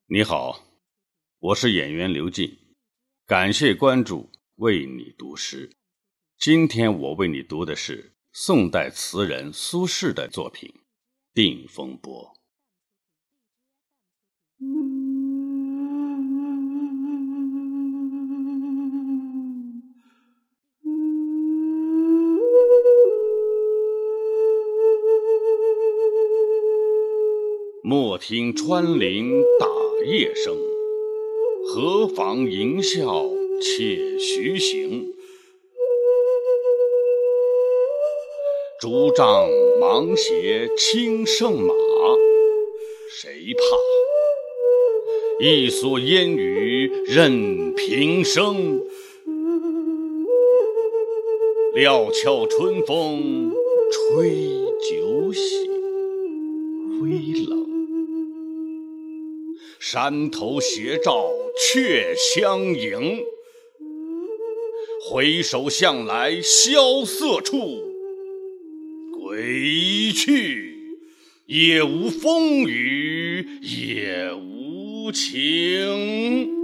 你好，我是演员刘进，感谢关注，为你读诗。今天我为你读的是宋代词人苏轼的作品《定风波》。莫听穿林打叶声，何妨吟啸且徐行。竹杖芒鞋轻胜马，谁怕？一蓑烟雨任平生。料峭春风吹酒醒，微冷。山头斜照却相迎，回首向来萧瑟处，归去，也无风雨也无晴。